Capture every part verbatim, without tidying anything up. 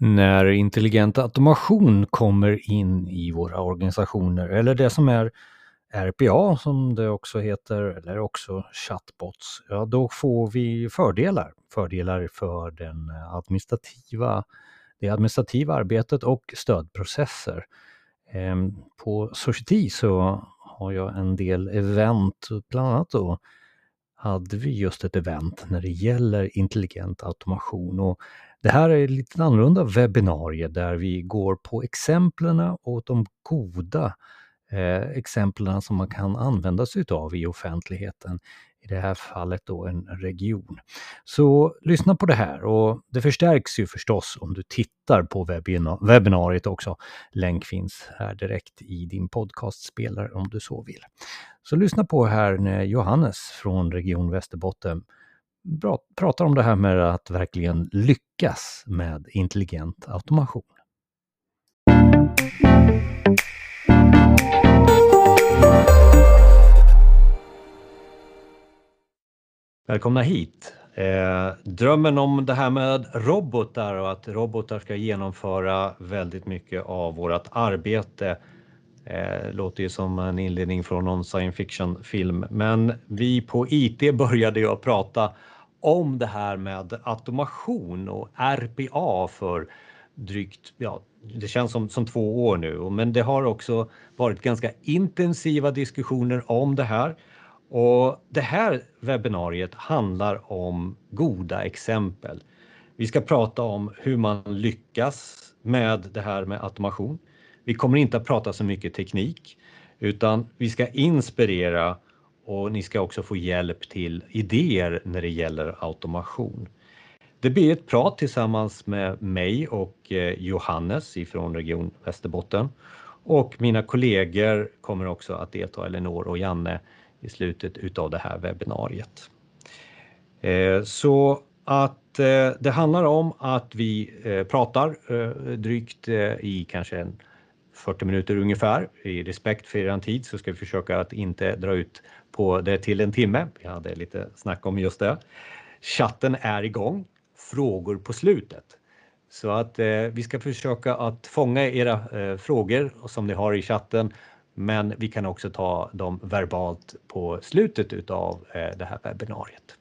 När intelligent automation kommer in i våra organisationer, eller det som är R P A som det också heter, eller också chatbots, ja då får vi fördelar. Fördelar för den administrativa, det administrativa arbetet och stödprocesser. Ehm, På Society så har jag en del event, bland annat då hade vi just ett event när det gäller intelligent automation, och det här är lite annorlunda webbinarier där vi går på exemplen och de goda eh, exemplen som man kan använda sig av i offentligheten, i det här fallet då en region. Så lyssna på det här, och det förstärks ju förstås om du tittar på webbina- webbinariet också. Länk finns här direkt i din podcastspelare om du så vill. Så lyssna på här när Johannes från Region Västerbotten bra, pratar om det här med att verkligen lyckas med intelligent automation. Välkomna hit. Eh, drömmen om det här med robotar och att robotar ska genomföra väldigt mycket av vårt arbete eh, låter ju som en inledning från någon science fiction film. Men vi på I T började ju att prata om det här med automation och R P A för drygt, ja det känns som, som två år nu. Men det har också varit ganska intensiva diskussioner om det här. Och det här webbinariet handlar om goda exempel. Vi ska prata om hur man lyckas med det här med automation. Vi kommer inte att prata så mycket teknik, utan vi ska inspirera, och ni ska också få hjälp till idéer när det gäller automation. Det blir ett prat tillsammans med mig och Johannes ifrån Region Västerbotten. Och mina kollegor kommer också att delta, Elinor och Janne, i slutet utav det här webbinariet. Så att det handlar om att vi pratar drygt i kanske en fyrtio minuter ungefär. I respekt för er tid så ska vi försöka att inte dra ut på det till en timme. Vi hade lite snack om just det. Chatten är igång. Frågor på slutet. Så att eh, vi ska försöka att fånga era eh, frågor som ni har i chatten. Men vi kan också ta dem verbalt på slutet utav eh, det här webbinariet.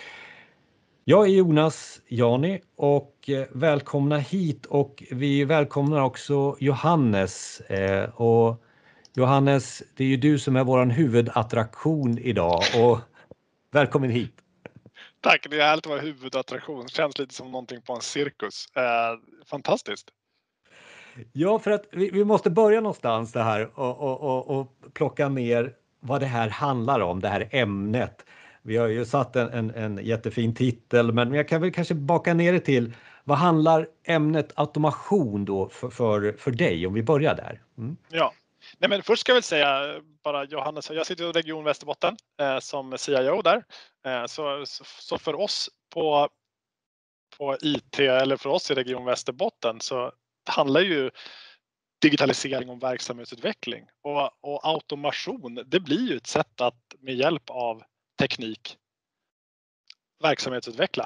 Jag är Jonas Jani och eh, välkomna hit, och vi välkomnar också Johannes. Eh, och Johannes, det är ju du som är våran huvudattraktion idag, och välkommen hit. Tack, det är härligt att vara huvudattraktion. Känns lite som någonting på en cirkus. Eh, fantastiskt. Ja, för att vi, vi måste börja någonstans det här och, och, och, och plocka ner vad det här handlar om, det här ämnet. Vi har ju satt en, en, en jättefin titel, men jag kan väl kanske baka ner det till vad handlar ämnet automation då för, för, för dig, om vi börjar där? Mm. Ja, nej, men först ska jag väl säga bara Johannes, jag sitter i Region Västerbotten eh, som C I O där. Eh, så, så, så för oss på, på I T, eller för oss i Region Västerbotten, så handlar ju digitalisering om verksamhetsutveckling, och, och automation, det blir ju ett sätt att med hjälp av teknik verksamhetsutveckla.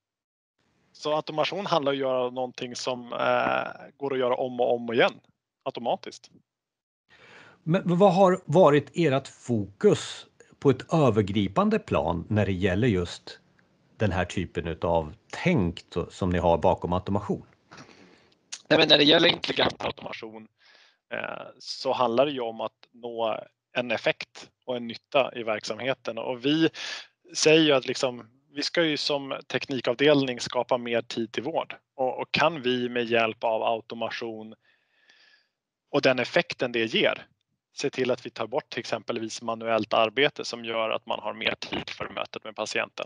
Så automation handlar om att göra någonting som eh, går att göra om och om igen automatiskt. Men vad har varit ert fokus på ett övergripande plan när det gäller just den här typen av tänk som ni har bakom automation? Nej, men när det gäller intelligent automation eh, så handlar det ju om att nå en effekt och en nytta i verksamheten. Och vi säger ju att liksom, vi ska ju som teknikavdelning skapa mer tid till vård. Och, och kan vi med hjälp av automation och den effekten det ger se till att vi tar bort till exempelvis manuellt arbete som gör att man har mer tid för mötet med patienten.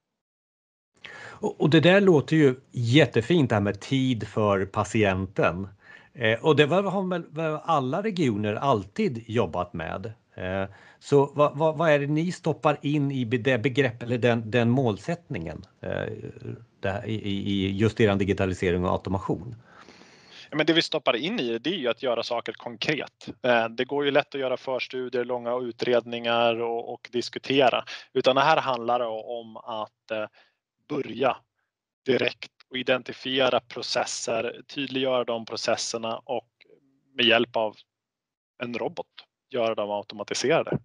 Och, och det där låter ju jättefint, det här med tid för patienten. Eh, och det var, har väl alla regioner alltid jobbat med. Eh, så vad, vad, vad är det ni stoppar in i det begrepp eller den, den målsättningen eh, där, i, i just er digitalisering och automation? Men det vi stoppar in i det är ju att göra saker konkret. Det går ju lätt att göra förstudier, långa utredningar och, och diskutera. Utan det här handlar om att börja direkt och identifiera processer, tydliggöra de processerna och med hjälp av en robot göra dem automatiserade.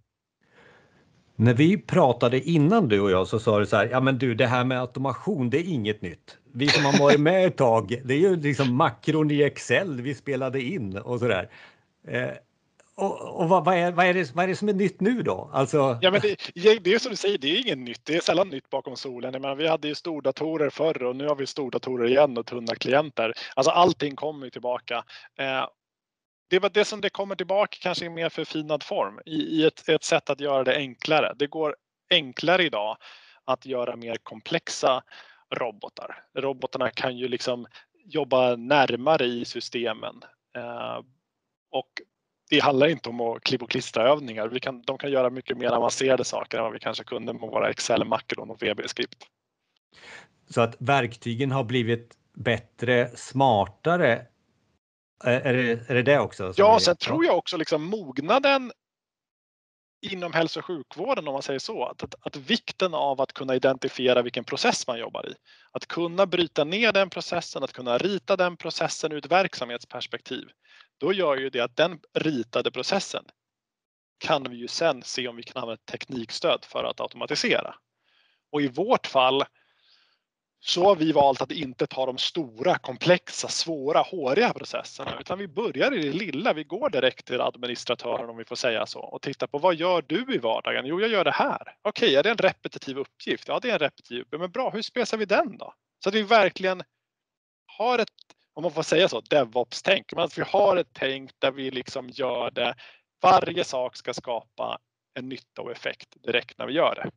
När vi pratade innan du och jag så sa du så här, ja men du det här med automation det är inget nytt. Vi som har varit med ett tag, det är ju liksom makron i Excel vi spelade in och sådär. Eh, och och vad, vad, är, vad, är det, vad är det som är nytt nu då? Alltså... Ja, men det, det är som du säger, det är inget nytt. Det är sällan nytt bakom solen. Jag menar, vi hade ju stordatorer förr och nu har vi stordatorer igen och tunna klienter. Alltså allting kommer ju tillbaka. Eh, det var det som det kommer tillbaka kanske i mer förfinad form i, i ett, ett sätt att göra det enklare. Det går enklare idag att göra mer komplexa robotar. Robotarna kan ju liksom jobba närmare i systemen. Eh, och det handlar inte om att klipp och klistra övningar. Vi kan, de kan göra mycket mer avancerade saker än vad vi kanske kunde med våra Excel-makron och V B-skript. Så att verktygen har blivit bättre, smartare. Är det är det, det också? Ja, vi, sen ja. tror jag också liksom mognaden inom hälso- och sjukvården, om man säger så, att, att, att vikten av att kunna identifiera vilken process man jobbar i. Att kunna bryta ner den processen, att kunna rita den processen ur ett verksamhetsperspektiv. Då gör ju det att den ritade processen kan vi ju sen se om vi kan använda teknikstöd för att automatisera. Och i vårt fall så har vi valt att inte ta de stora, komplexa, svåra, håriga processerna, utan vi börjar i det lilla. Vi går direkt till administratören, om vi får säga så, och tittar på vad gör du i vardagen? Jo, jag gör det här. Okej, är det en repetitiv uppgift? Ja, det är en repetitiv uppgift. Men bra, hur spesar vi den då? Så att vi verkligen har ett, om man får säga så, DevOps-tänk. Men att vi har ett tänk där vi liksom gör det. Varje sak ska skapa en nytta och effekt direkt när vi gör det.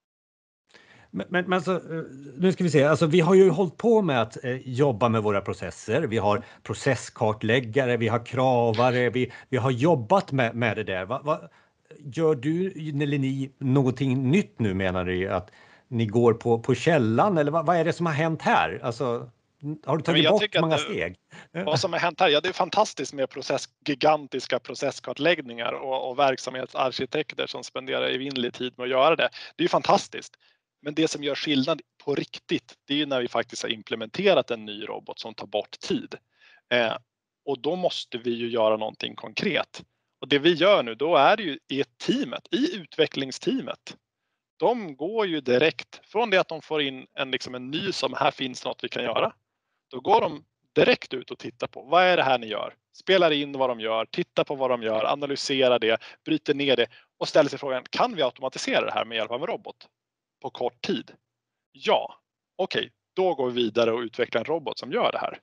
Men, men, men alltså, nu ska vi se, alltså, vi har ju hållit på med att eh, jobba med våra processer. Vi har processkartläggare, vi har kravare, vi, vi har jobbat med, med det där. Va, va, gör du eller ni någonting nytt nu, menar du? Att ni går på, på källan eller vad, vad är det som har hänt här? Alltså, har du tagit bort många steg? Vad som har hänt här, ja det är fantastiskt med process, gigantiska processkartläggningar och, och verksamhetsarkitekter som spenderar evinnerlig tid med att göra det. Det är ju fantastiskt. Men det som gör skillnad på riktigt, det är ju när vi faktiskt har implementerat en ny robot som tar bort tid. Eh, och då måste vi ju göra någonting konkret. Och det vi gör nu, då är det ju i teamet, i utvecklingsteamet. De går ju direkt, från det att de får in en, liksom en ny som här finns något vi kan göra. Då går de direkt ut och tittar på vad är det här ni gör? Spelar in vad de gör, tittar på vad de gör, analyserar det, bryter ner det och ställer sig frågan, kan vi automatisera det här med hjälp av en robot på kort tid? Ja, okej, okay, då går vi vidare och utvecklar en robot som gör det här.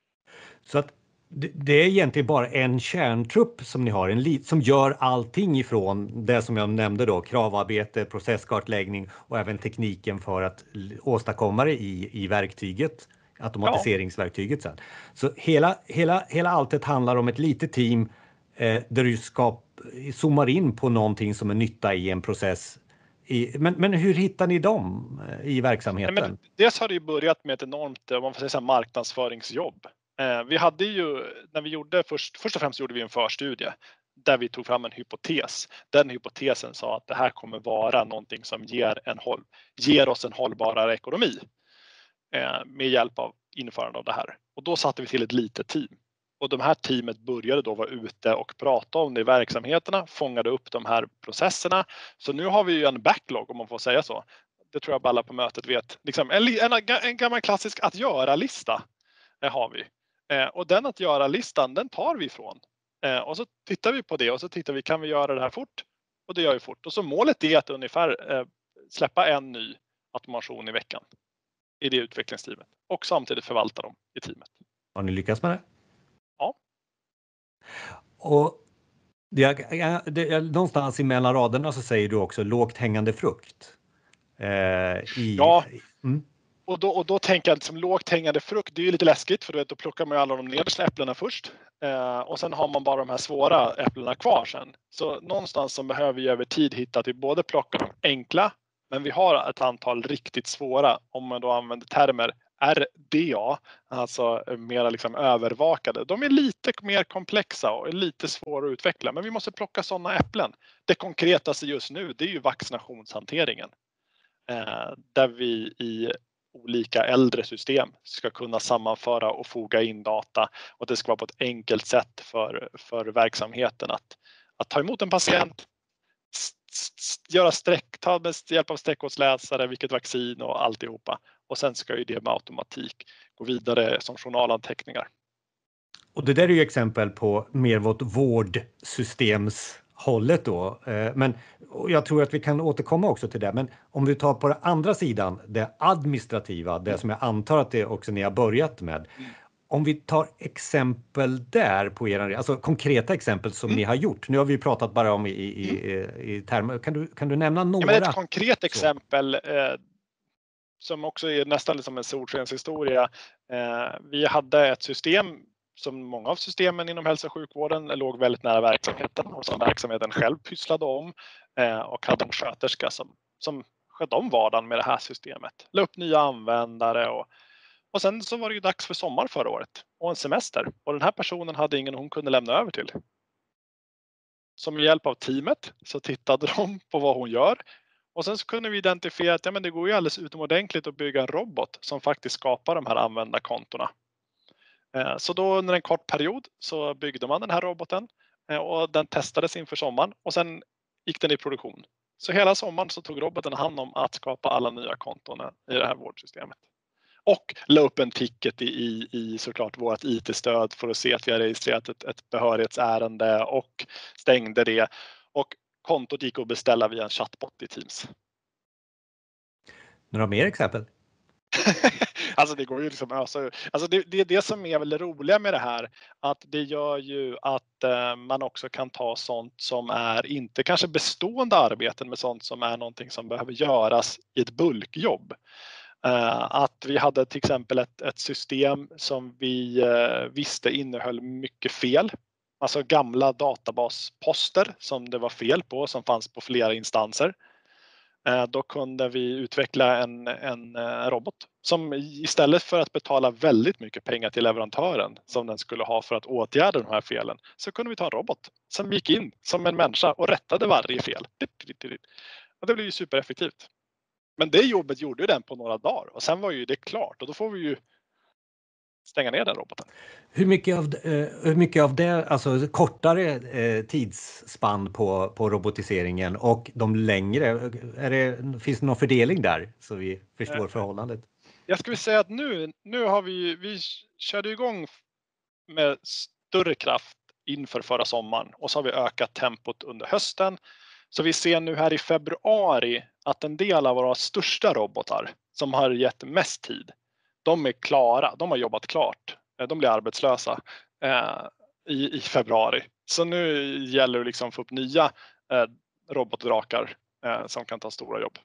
Så att det är egentligen bara en kärntrupp som ni har, en som gör allting ifrån det som jag nämnde då, kravarbete, processkartläggning och även tekniken för att åstadkomma det i, i verktyget, automatiseringsverktyget sen. Så hela, hela, hela alltet handlar om ett litet team eh, där du ska zoomar in på någonting som är nytta i en process. I, men, men hur hittar ni dem i verksamheten? Nej, men dels har det ju börjat med ett enormt, om man får säga så här, marknadsföringsjobb. Eh, vi hade ju, när vi gjorde, först, först och främst gjorde vi en förstudie där vi tog fram en hypotes. Den hypotesen sa att det här kommer vara någonting som ger, en håll, ger oss en hållbarare ekonomi eh, med hjälp av införande av det här. Och då satte vi till ett litet team. Och de här teamet började då vara ute och prata om det i verksamheterna, fångade upp de här processerna. Så nu har vi ju en backlog, om man får säga så. Det tror jag alla på mötet vet. Liksom en, en, en gammal klassisk att göra-lista har vi. Eh, och den att göra-listan, den tar vi ifrån. Eh, och så tittar vi på det och så tittar vi, kan vi göra det här fort? Och det gör vi fort. Och så målet är att ungefär eh, släppa en ny automation i veckan i det utvecklingsteamet. Och samtidigt förvalta dem i teamet. Har ni lyckats med det? Ja. Och det, det, någonstans i mellan raderna så säger du också lågt hängande frukt. Eh, i, ja, mm. och, då, och då tänker jag som lågt hängande frukt, det är ju lite läskigt för då plockar man ju alla de nedersta äpplena först. Eh, och sen har man bara de här svåra äpplena kvar sen. Så någonstans så behöver vi över tid hitta att vi både plockar de enkla, men vi har ett antal riktigt svåra, om man då använder termer R D A, alltså mera liksom övervakade. De är lite mer komplexa och är lite svåra att utveckla, men vi måste plocka sådana äpplen. Det konkretaste just nu, det är ju vaccinationshanteringen. Eh, där vi i olika äldre system ska kunna sammanföra och foga in data, och det ska vara på ett enkelt sätt för, för verksamheten att, att ta emot en patient, göra streck, ta med hjälp av streckkodsläsare vilket vaccin och alltihopa, och sen ska ju det med automatik gå vidare som journalanteckningar. Och det där är ju exempel på mer vårt vårdsystemshållet då. Men jag tror att vi kan återkomma också till det. Men om vi tar på den andra sidan, det administrativa, det som jag antar att det också ni har börjat med. Mm. Om vi tar exempel där på er, alltså konkreta exempel som mm. ni har gjort. Nu har vi pratat bara om i, i, mm. i, i termer. Kan du, kan du nämna några? Ja, men ett konkret exempel eh, som också är nästan som en solskenshistoria. Eh, vi hade ett system som många av systemen inom hälso- och sjukvården låg väldigt nära verksamheten och som verksamheten själv pysslade om eh, och hade en sköterska som, som skötte om vardagen med det här systemet. La upp nya användare och, och sen så var det ju dags för sommar förra året och en semester, och den här personen hade ingen hon kunde lämna över till. Så med hjälp av teamet så tittade de på vad hon gör, och sen så kunde vi identifiera att ja, men det går ju alldeles utomordentligt att bygga en robot som faktiskt skapar de här användarkontona. Så då under en kort period så byggde man den här roboten och den testades inför sommaren, och sen gick den i produktion. Så hela sommaren så tog roboten hand om att skapa alla nya konton i det här vårdsystemet. Och la upp en ticket i, i, i såklart vårt I T-stöd för att se att vi har registrerat ett, ett behörighetsärende och stängde det. Och kontot gick att beställa via en chatbot i Teams. Några mer exempel? Alltså det går ju liksom, alltså, alltså det, det är det som är väl roliga med det här, att det gör ju att eh, man också kan ta sånt som är inte kanske bestående arbeten, med sånt som är någonting som behöver göras i ett bulkjobb. Eh, att vi hade till exempel ett, ett system som vi eh, visste innehöll mycket fel. Alltså gamla databasposter som det var fel på, som fanns på flera instanser. Då kunde vi utveckla en, en robot som istället för att betala väldigt mycket pengar till leverantören som den skulle ha för att åtgärda de här felen, så kunde vi ta en robot som gick in som en människa och rättade varje fel. Och det blev ju supereffektivt. Men det jobbet gjorde ju den på några dagar, och sen var ju det klart, och då får vi ju stänga ner den roboten. Hur mycket av, eh, hur mycket av det, alltså kortare eh, tidsspann på, på robotiseringen och de längre, är det, finns det någon fördelning där så vi förstår eh, förhållandet? Jag skulle säga att nu, nu har vi, vi körde igång med större kraft inför förra sommaren, och så har vi ökat tempot under hösten. Så vi ser nu här i februari att en del av våra största robotar som har gett mest tid, de är klara, de har jobbat klart. De blir arbetslösa eh, i, i februari. Så nu gäller det liksom att få upp nya eh, robotdrakar eh, som kan ta stora jobb.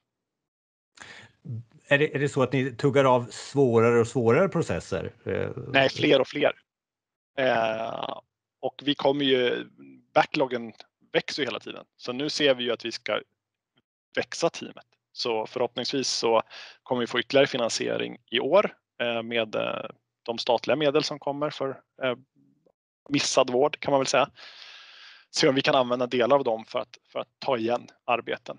Är det, är det så att ni tuggar av svårare och svårare processer? Nej, fler och fler. Eh, och vi kommer ju, backloggen växer ju hela tiden. Så nu ser vi ju att vi ska växa teamet. Så förhoppningsvis så kommer vi få ytterligare finansiering i år eh, med eh, de statliga medel som kommer för eh, missad vård, kan man väl säga. Se om vi kan använda delar av dem för att, för att ta igen arbeten.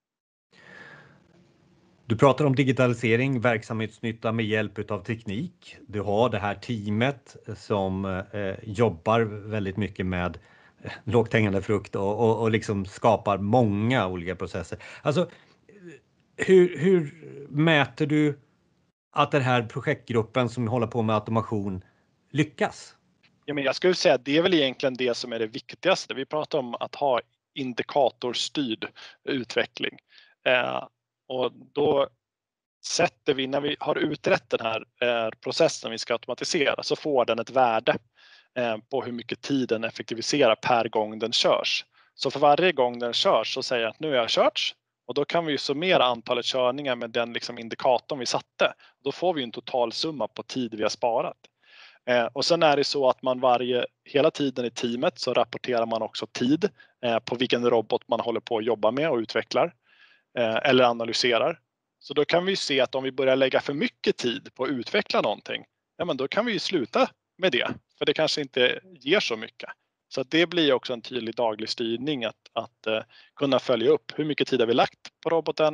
Du pratar om digitalisering, verksamhetsnytta med hjälp av teknik. Du har det här teamet som eh, jobbar väldigt mycket med eh, lågt hängande frukt och, och, och liksom skapar många olika processer. Alltså, hur, hur mäter du att den här projektgruppen som håller på med automation lyckas? Ja, men jag skulle säga att det är väl egentligen det som är det viktigaste. Vi pratar om att ha indikatorstyrd utveckling. Eh, och då sätter vi, när vi har utrett den här eh, processen vi ska automatisera, så får den ett värde eh, på hur mycket tid den effektiviserar per gång den körs. Så för varje gång den körs så säger jag att nu har jag kört. Och då kan vi ju summera antalet körningar med den liksom indikatorn vi satte. Då får vi en totalsumma på tid vi har sparat. Eh, och sen är det så att man varje, hela tiden i teamet så rapporterar man också tid eh, på vilken robot man håller på att jobba med och utvecklar eh, eller analyserar. Så då kan vi se att om vi börjar lägga för mycket tid på att utveckla någonting, ja, men då kan vi ju sluta med det. För det kanske inte ger så mycket. Så att det blir också en tydlig daglig styrning att, att uh, kunna följa upp hur mycket tid har vi lagt på roboten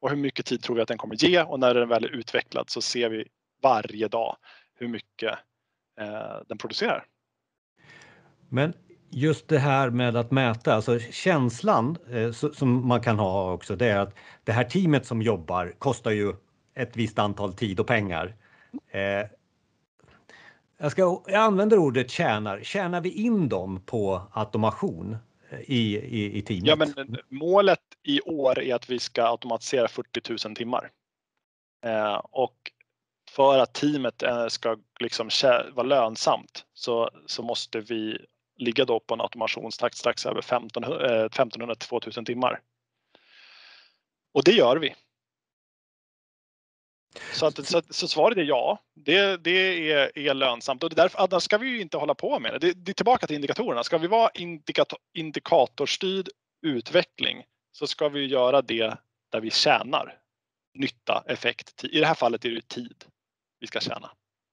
och hur mycket tid tror vi att den kommer ge, och när den väl är utvecklad så ser vi varje dag hur mycket eh, den producerar. Men just det här med att mäta, alltså känslan eh, så, som man kan ha också, det är att det här teamet som jobbar kostar ju ett visst antal tid och pengar. Eh, jag, ska, jag använder ordet tjänar. Tjänar vi in dem på automation i, i, i teamet? Ja, men målet i år är att vi ska automatisera fyrtio tusen timmar. Eh, och för att teamet eh, ska liksom vara lönsamt så, så måste vi ligga då på en automationstakt strax över femtonhundra till tvåtusen timmar. Och det gör vi. Så, att, så, så svaret är ja, det, det är, är lönsamt, och det därför, annars ska vi ju inte hålla på med det. Det, det är tillbaka till indikatorerna. Ska vi vara indikator, indikatorstyrd utveckling så ska vi göra det där vi tjänar nytta, effekt. I det här fallet är det tid vi ska tjäna.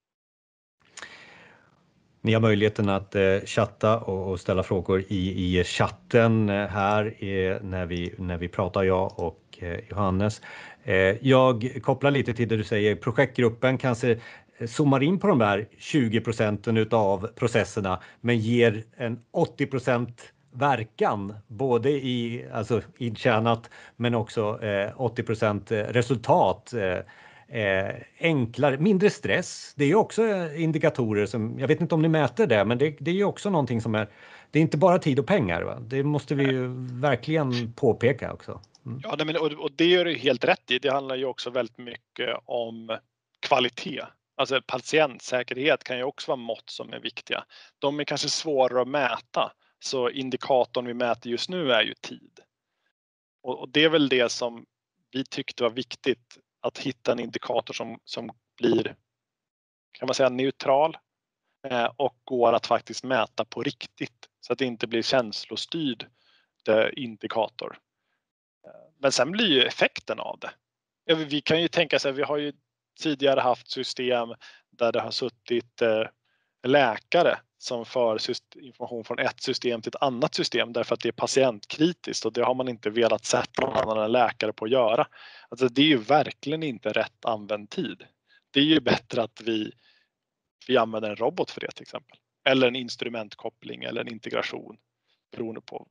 Ni har möjligheten att eh, chatta och, och ställa frågor i, i chatten eh, här eh, när, vi, när vi pratar, jag och eh, Johannes. Eh, jag kopplar lite till det du säger, projektgruppen kanske zoomar in på de där tjugo procenten utav processerna men ger en åttio procent verkan både i alltså intjänat men också eh, åttio procent resultat. Eh, Eh, enklare, mindre stress. Det är ju också indikatorer som, jag vet inte om ni mäter det, men det, det är ju också någonting som är, det är inte bara tid och pengar, va? Det måste vi ju verkligen påpeka också. Mm. Ja, men, och, och det gör du helt rätt i. Det handlar ju också väldigt mycket om kvalitet. Alltså patientsäkerhet kan ju också vara mått som är viktiga. De är kanske svårare att mäta, så indikatorn vi mäter just nu är ju tid. Och, och det är väl det som vi tyckte var viktigt, att hitta en indikator som, som blir, kan man säga, neutral eh, och går att faktiskt mäta på riktigt, så att det inte blir känslostyrd indikator. Men sen blir ju effekten av det. Ja, vi kan ju tänka sig, vi har ju tidigare haft system där det har suttit eh, läkare som för information från ett system till ett annat system därför att det är patientkritiskt, och det har man inte velat sätta någon annan än läkare på att göra. Alltså det är ju verkligen inte rätt använd tid. Det är ju bättre att vi, vi använder en robot för det till exempel. Eller en instrumentkoppling eller en integration, beroende på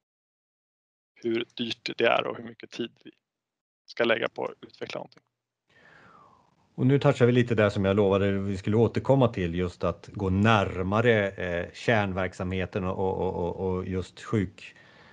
hur dyrt det är och hur mycket tid vi ska lägga på att utveckla någonting. Och nu touchar vi lite där som jag lovade vi skulle återkomma till, just att gå närmare eh, kärnverksamheten och, och, och, och just sjuk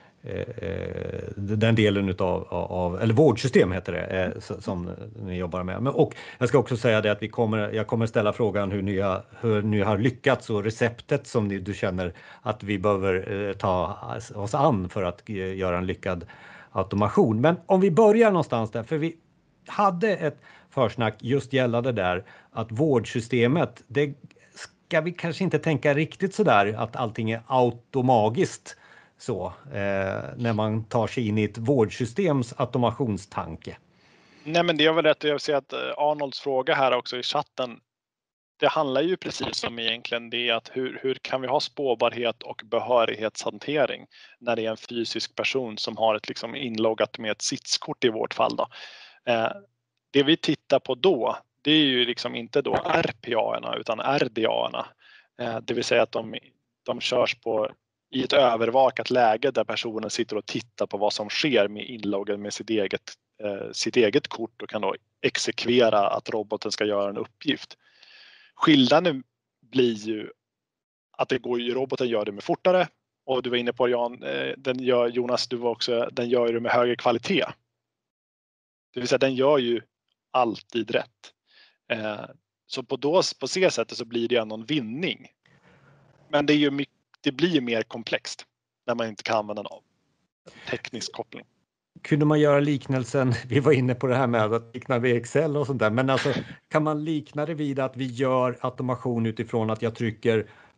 eh, den delen utav, av, eller vårdsystem heter det, eh, som ni jobbar med. Men, och jag ska också säga det att vi kommer, jag kommer ställa frågan hur ni, har, hur ni har lyckats och receptet som ni, du känner att vi behöver eh, ta oss an för att eh, göra en lyckad automation. Men om vi börjar någonstans där, för vi hade ett försnack just gällande där att vårdsystemet, det ska vi kanske inte tänka riktigt så där att allting är automagiskt så eh, när man tar sig in i ett vårdsystems automationstanke. Nej, men det är väl rätt. Jag ser att Arnolds fråga här också i chatten, det handlar ju precis om egentligen det, att hur, hur kan vi ha spårbarhet och behörighetshantering när det är en fysisk person som har ett liksom inloggat med ett sitskort i vårt fall då. Eh, det vi tittar på då, det är ju liksom inte då R P A-erna utan R D A-erna. Eh, det vill säga att de, de körs på i ett övervakat läge där personen sitter och tittar på vad som sker med inloggen med sitt eget, eh, sitt eget kort och kan då exekvera att roboten ska göra en uppgift. Skillnaden blir ju att det går ju, roboten gör det med fortare, och du var inne på Jan, eh, den gör, Jonas, du var också, den gör det med högre kvalitet. Det vill säga den gör ju alltid rätt. Eh, så på, då, på det sättet så blir det ändå en vinning. Men det, är ju mycket, det blir ju mer komplext när man inte kan använda en teknisk koppling. Kunde man göra liknelsen, vi var inne på det här med att likna vid Excel och sånt där, men alltså kan man likna det vid att vi gör automation utifrån att jag trycker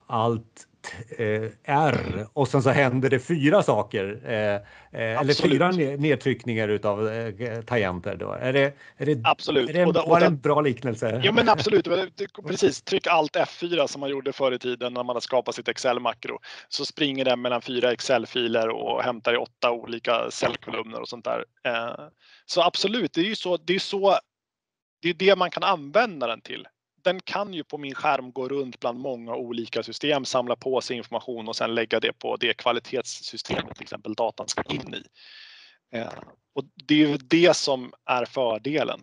allt eh, R och sen så händer det fyra saker eh, eh, eller fyra nedtryckningar utav eh, tangenter då. Är det, är det, absolut. Är det, och da, var och det da, en bra liknelse? Ja men absolut, precis. Tryck allt F fyra som man gjorde förr i tiden när man har skapat sitt Excel-makro. Så springer den mellan fyra Excel-filer och hämtar i åtta olika cellkolumner och sånt där. Så absolut, det är ju så, det är så, det är det man kan använda den till. Den kan ju på min skärm gå runt bland många olika system, samla på sig information och sen lägga det på det kvalitetssystemet till exempel datan ska in i. Och det är ju det som är fördelen.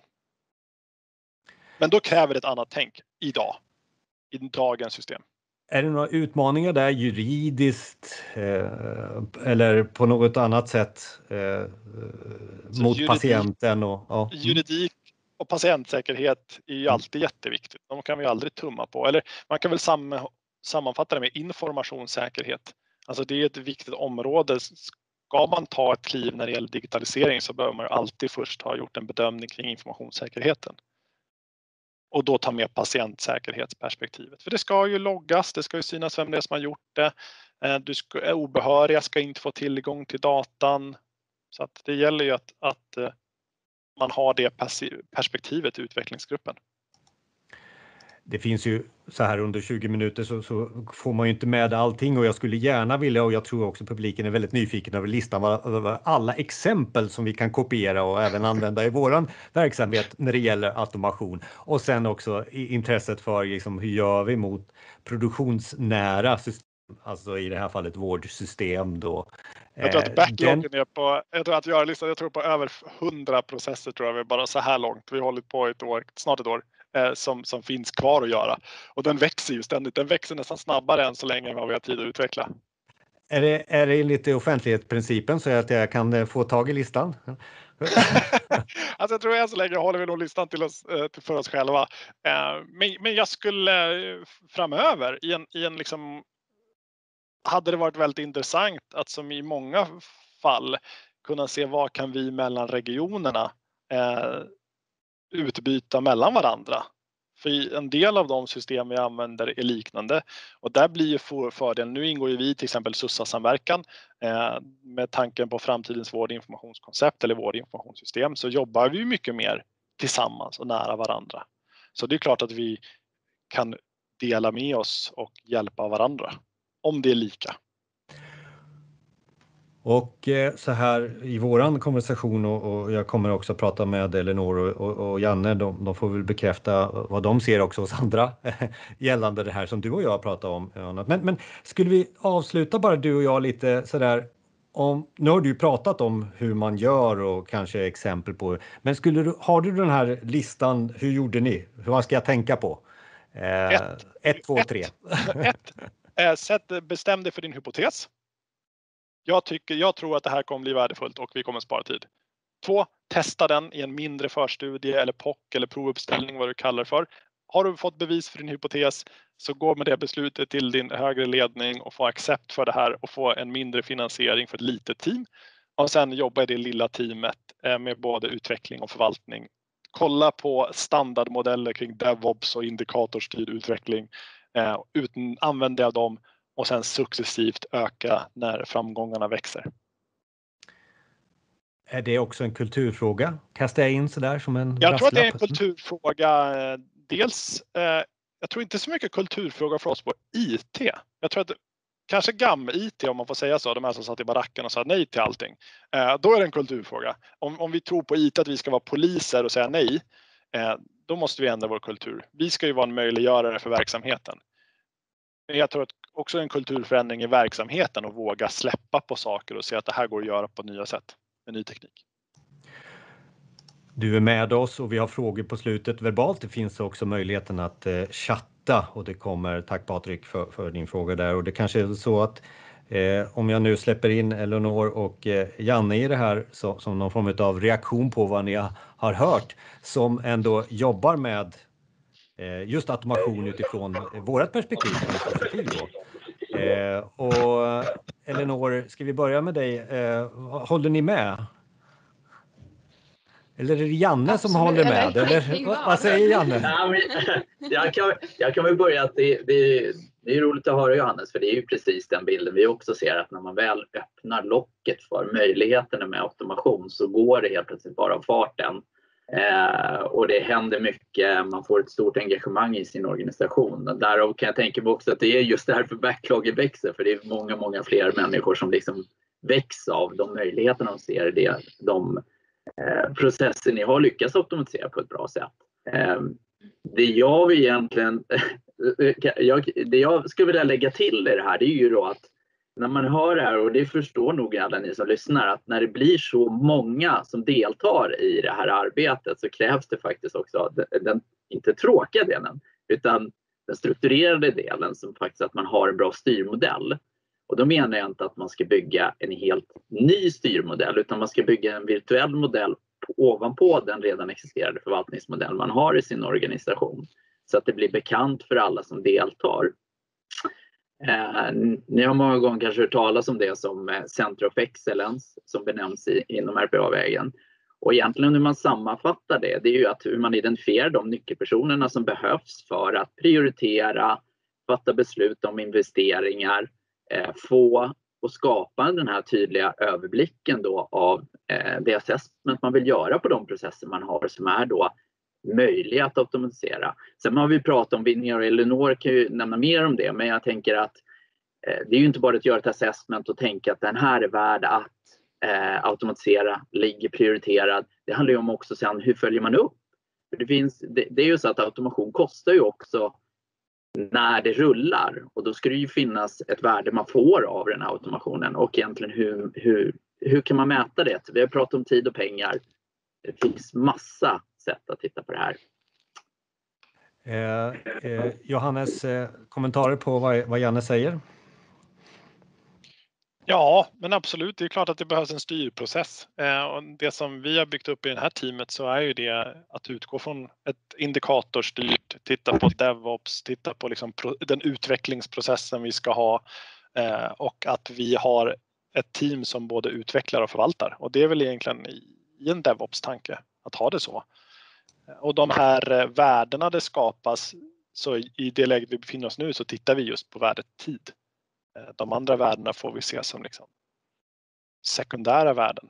Men då kräver det ett annat tänk idag, i dagens system. Är det några utmaningar där juridiskt eh, eller på något annat sätt eh, mot juridik, patienten? Och, ja. Juridik och patientsäkerhet är ju alltid jätteviktigt. De kan vi aldrig tumma på. Eller man kan väl sam, sammanfatta det med informationssäkerhet. Alltså det är ett viktigt område. Ska man ta ett kliv när det gäller digitalisering så behöver man ju alltid först ha gjort en bedömning kring informationssäkerheten. Och då ta med patientsäkerhetsperspektivet. För det ska ju loggas, det ska ju synas vem det är som har gjort det. Du ska, obehöriga ska inte få tillgång till datan. Så att det gäller ju att, att man har det perspektivet i utvecklingsgruppen. Det finns ju så här under tjugo minuter så, så får man ju inte med allting och jag skulle gärna vilja och jag tror också publiken är väldigt nyfiken över listan över alla exempel som vi kan kopiera och även använda i våran verksamhet när det gäller automation. Och sen också intresset för liksom, hur gör vi mot produktionsnära system, alltså i det här fallet vårdsystem då. Jag tror att backloggen Den... är på, jag tror att jag, liksom, jag tror på över hundra processer tror jag vi bara så här långt. Vi har hållit på ett år, snart ett år. Som, som finns kvar att göra. Och den växer ju ständigt. Den växer nästan snabbare än så länge vad vi har tid att utveckla. Är det, är det lite offentlighetsprincipen så att jag kan få tag i listan? Alltså jag tror än så länge håller vi nog listan till oss, för oss själva. Men, men jag skulle framöver i en, i en liksom, hade det varit väldigt intressant att som i många fall kunna se vad kan vi mellan regionerna eh, utbyta mellan varandra. För en del av de system vi använder är liknande och där blir ju för, fördelen, nu ingår ju vi till exempel S U S A-samverkan eh, med tanken på framtidens vårdinformationskoncept eller vårdinformationssystem så jobbar vi mycket mer tillsammans och nära varandra. Så det är klart att vi kan dela med oss och hjälpa varandra om det är lika. Och så här i våran konversation och, och jag kommer också prata med Elinor och, och, och Janne, de, de får väl bekräfta vad de ser också hos andra gällande det här som du och jag pratar om. Men, men skulle vi avsluta bara du och jag lite sådär, om, nu har du ju pratat om hur man gör och kanske exempel på, men skulle du, har du den här listan, hur gjorde ni? Vad ska jag tänka på? Eh, ett, ett, två, tre. Ett, ett, sätt, bestäm dig för din hypotes. Jag, tycker, jag tror att det här kommer bli värdefullt och vi kommer spara tid. Två, testa den i en mindre förstudie eller P O C eller provuppställning, vad du kallar det för. Har du fått bevis för din hypotes så gå med det beslutet till din högre ledning och få accept för det här och få en mindre finansiering för ett litet team. Och sen jobba i det lilla teamet med både utveckling och förvaltning. Kolla på standardmodeller kring DevOps och indikatorstyrd utveckling. Använd dig av dem. Och sen successivt öka när framgångarna växer. Är det också en kulturfråga? Kastar jag in sådär som en Jag tror att det är en kulturfråga. Dels, jag tror inte så mycket kulturfråga för oss på I T. Jag tror att kanske gam-I T, om man får säga så, de här som satt i baracken och sa nej till allting. Då är det en kulturfråga. Om, om vi tror på I T att vi ska vara poliser och säga nej, då måste vi ändra vår kultur. Vi ska ju vara en möjliggörare för verksamheten. Jag tror att också en kulturförändring i verksamheten och våga släppa på saker och se att det här går att göra på nya sätt med ny teknik. Du är med oss och vi har frågor på slutet verbalt. Det finns också möjligheten att eh, chatta och det kommer, tack Patrik för, för din fråga där. Och det kanske är så att eh, om jag nu släpper in Elinor och eh, Janne i det här så, som någon form av reaktion på vad ni har hört som ändå jobbar med just automation utifrån vårat perspektiv då. Eh, och Elinor, ska vi börja med dig? Eh, håller ni med? Eller är det Janne som Absolut, håller med? Eller, eller vad säger Janne? Ja, men, jag, kan, jag kan väl börja att det, det, det är roligt att höra Johannes, för det är ju precis den bilden vi också ser, att när man väl öppnar locket för möjligheterna med automation så går det helt plötsligt bara av farten. Eh, och det händer mycket, man får ett stort engagemang i sin organisation. Därav kan jag tänka mig också att det är just därför backloggen växer, för det är många, många fler människor som liksom väcks av de möjligheterna de ser, det, de eh, processer ni har lyckats automatisera på ett bra sätt. Eh, det jag egentligen, jag, det jag skulle vilja lägga till i det här, det är ju då att när man hör det här, och det förstår nog alla ni som lyssnar, att när det blir så många som deltar i det här arbetet så krävs det faktiskt också den, den inte tråkiga delen, utan den strukturerade delen, som faktiskt att man har en bra styrmodell. Och då menar jag inte att man ska bygga en helt ny styrmodell, utan man ska bygga en virtuell modell på, ovanpå den redan existerande förvaltningsmodell man har i sin organisation, så att det blir bekant för alla som deltar. Eh, ni har många gånger kanske hört talas om det som Center of Excellence som benämns i, inom R P A-vägen. Och egentligen hur man sammanfattar det, det är ju att hur man identifierar de nyckelpersonerna som behövs för att prioritera, fatta beslut om investeringar, eh, få och skapa den här tydliga överblicken då av eh, det assessment man vill göra på de processer man har som är då möjliga att automatisera. Sen har vi pratat om Vinjar och Elinor kan ju nämna mer om det, men jag tänker att eh, det är ju inte bara att göra ett assessment och tänka att den här är värd att eh, automatisera, ligger prioriterad. Det handlar ju om också sen hur följer man upp. För det, finns, det, det är ju så att automation kostar ju också när det rullar, och då ska det ju finnas ett värde man får av den här automationen, och egentligen hur, hur, hur kan man mäta det? Vi har pratat om tid och pengar. Det finns massa sätt att titta på det här. Eh, eh, Johannes, eh, kommentarer på vad, vad Janne säger? Ja, men absolut. Det är klart att det behövs en styrprocess. Eh, och det som vi har byggt upp i det här teamet så är ju det att utgå från ett indikatorstyrt, titta på DevOps, titta på liksom pro, den utvecklingsprocessen vi ska ha, eh, och att vi har ett team som både utvecklar och förvaltar. Och det är väl egentligen i, i en DevOps-tanke att ha det så. Och de här värdena det skapas, så i det läget vi befinner oss nu så tittar vi just på värdet tid. De andra värdena får vi se som liksom sekundära värden.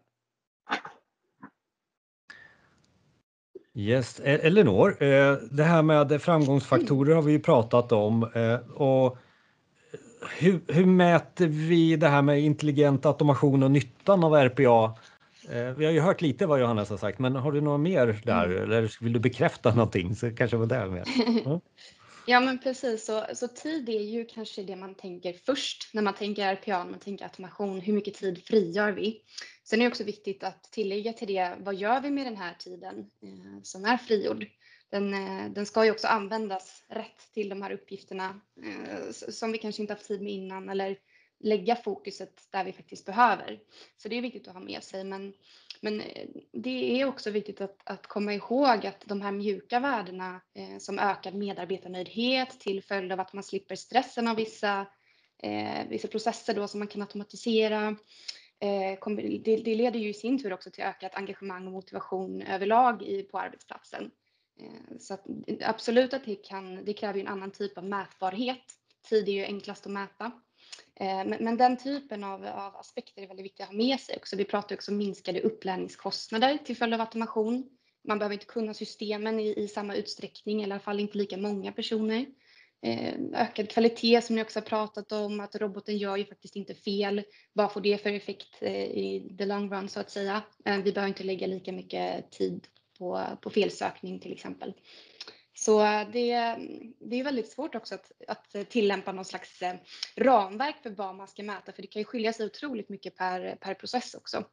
Yes. Elinor, det här med framgångsfaktorer har vi ju pratat om. Och hur, hur mäter vi det här med intelligent automation och nyttan av R P A? Vi har ju hört lite vad Johannes har sagt, men har du något mer där? Mm. Eller vill du bekräfta någonting? Så kanske var det mer. Mm. Ja, men precis. Så, så tid är ju kanske det man tänker först när man tänker R P A, när man tänker automation. Hur mycket tid frigör vi? Sen är det också viktigt att tillägga till det, vad gör vi med den här tiden eh, som är frigjord? Den, eh, den ska ju också användas rätt till de här uppgifterna eh, som vi kanske inte haft tid med innan, eller lägga fokuset där vi faktiskt behöver. Så det är viktigt att ha med sig. Men, men det är också viktigt att, att komma ihåg att de här mjuka värdena eh, som ökad medarbetarnöjdhet till följd av att man slipper stressen av vissa, eh, vissa processer då som man kan automatisera. Eh, kom, det, det leder ju i sin tur också till ökat engagemang och motivation överlag i, på arbetsplatsen. Eh, så att, absolut att det, kan, det kräver en annan typ av mätbarhet. Tid är ju enklast att mäta. Men, men den typen av, av aspekter är väldigt viktiga att ha med sig också. Vi pratar också om minskade upplärningskostnader till följd av automation. Man behöver inte kunna systemen i, i samma utsträckning, i alla fall inte lika många personer. Eh, ökad kvalitet som ni också har pratat om, att roboten gör ju faktiskt inte fel. Vad får det för effekt eh, i the long run så att säga? Eh, vi behöver inte lägga lika mycket tid på, på felsökning till exempel. Så det, det är väldigt svårt också att, att tillämpa någon slags ramverk för vad man ska mäta. För det kan ju skilja sig otroligt mycket per, per process också.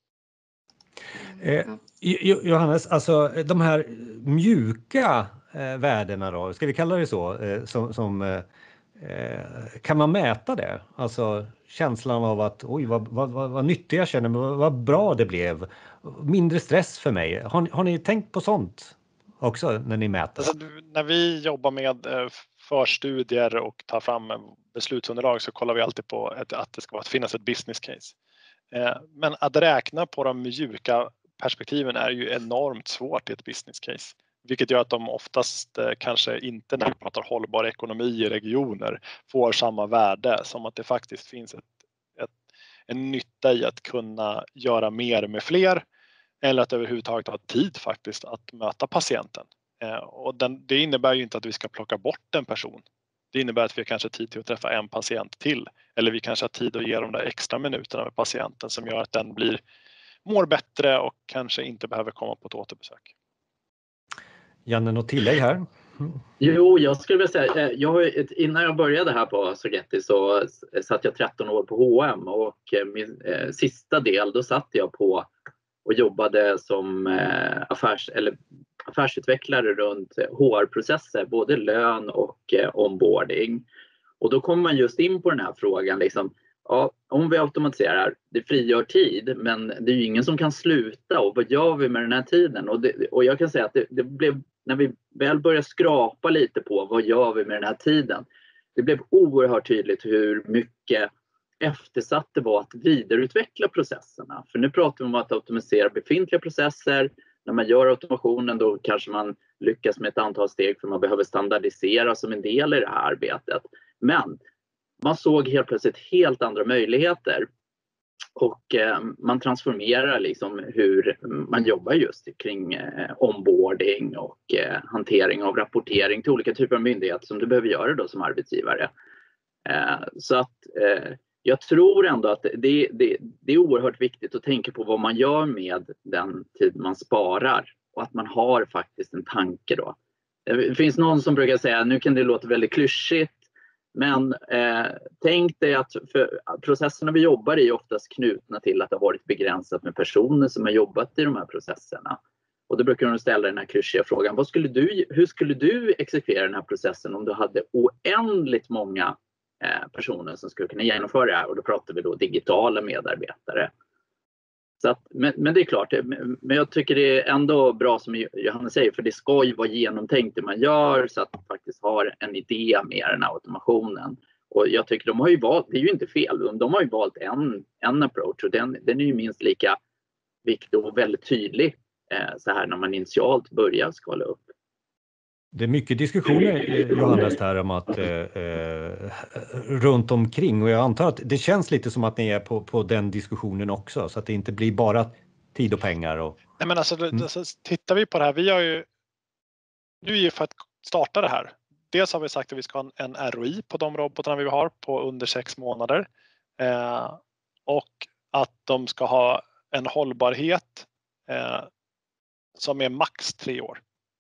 Eh, Johannes, alltså de här mjuka eh, värdena då, ska vi kalla det så, eh, som, som eh, kan man mäta det? Alltså känslan av att oj vad, vad, vad, vad nyttigt jag känner, vad, vad bra det blev. Mindre stress för mig. Har, har ni tänkt på sånt också när ni mäter? Alltså, när vi jobbar med förstudier och tar fram beslutsunderlag så kollar vi alltid på ett, att det ska vara, finnas ett business case. Men att räkna på de mjuka perspektiven är ju enormt svårt i ett business case. vilket gör att de oftast eh, kanske inte, när vi pratar hållbar ekonomi i regioner, får samma värde som att det faktiskt finns ett, ett, en nytta i att kunna göra mer med fler, eller att överhuvudtaget ha tid faktiskt att möta patienten. Eh, och den, det innebär ju inte att vi ska plocka bort en person. Det innebär att vi kanske har tid till att träffa en patient till, eller vi kanske har tid att ge de där extra minuterna med patienten som gör att den blir mår bättre och kanske inte behöver komma på ett återbesök. Janne, något tillägg här? Mm. Jo, jag skulle vilja säga, jag har, innan jag började här på Sogeti så satt jag tretton år på H och M, och min eh, sista del då satt jag på och jobbade som eh, affärs, eller affärsutvecklare runt H R-processer, både lön och eh, onboarding. Och då kommer man just in på den här frågan, liksom, ja, om vi automatiserar, det frigör tid, men det är ju ingen som kan sluta, och vad gör vi med den här tiden? Och, det, och jag kan säga att det, det blev, när vi väl började skrapa lite på vad gör vi med den här tiden, det blev oerhört tydligt hur mycket eftersatt det var att vidareutveckla processerna. För nu pratar vi om att automatisera befintliga processer. När man gör automationen då kanske man lyckas med ett antal steg, för man behöver standardisera som en del i det här arbetet. Men man såg helt plötsligt helt andra möjligheter, och eh, man transformerar liksom hur man jobbar just kring eh, onboarding och eh, hantering av rapportering till olika typer av myndigheter som du behöver göra då som arbetsgivare. Eh, så att eh, jag tror ändå att det, det, det är oerhört viktigt att tänka på vad man gör med den tid man sparar, och att man har faktiskt en tanke då. Det finns någon som brukar säga, nu kan det låta väldigt klyschigt, men eh, tänk dig att för processerna vi jobbar i är oftast knutna till att det har varit begränsat med personer som har jobbat i de här processerna. Och då brukar de ställa den här klyschiga frågan, vad skulle du, hur skulle du exekvera den här processen om du hade oändligt många eh, personer som skulle kunna genomföra det här? Och då pratar vi då digitala medarbetare. Så att, men, men det är klart, men jag tycker det är ändå bra som Johanna säger, för det ska ju vara genomtänkt det man gör, så att man faktiskt har en idé med den här automationen. Och jag tycker de har ju valt, det är ju inte fel, de har ju valt en, en approach, och den, den är ju minst lika viktig och väldigt tydlig eh, så här när man initialt börjar skala upp. Det är mycket diskussioner, Johannes, här om att eh, eh, runt omkring, och jag antar att det känns lite som att ni är på, på den diskussionen också, så att det inte blir bara tid och pengar. Och... Nej, men alltså, mm. alltså, tittar vi på det här, vi har ju nu är ju för att starta det här. Dels har vi sagt att vi ska ha en R O I på de robotarna vi har på under sex månader eh, och att de ska ha en hållbarhet eh, som är max tre år.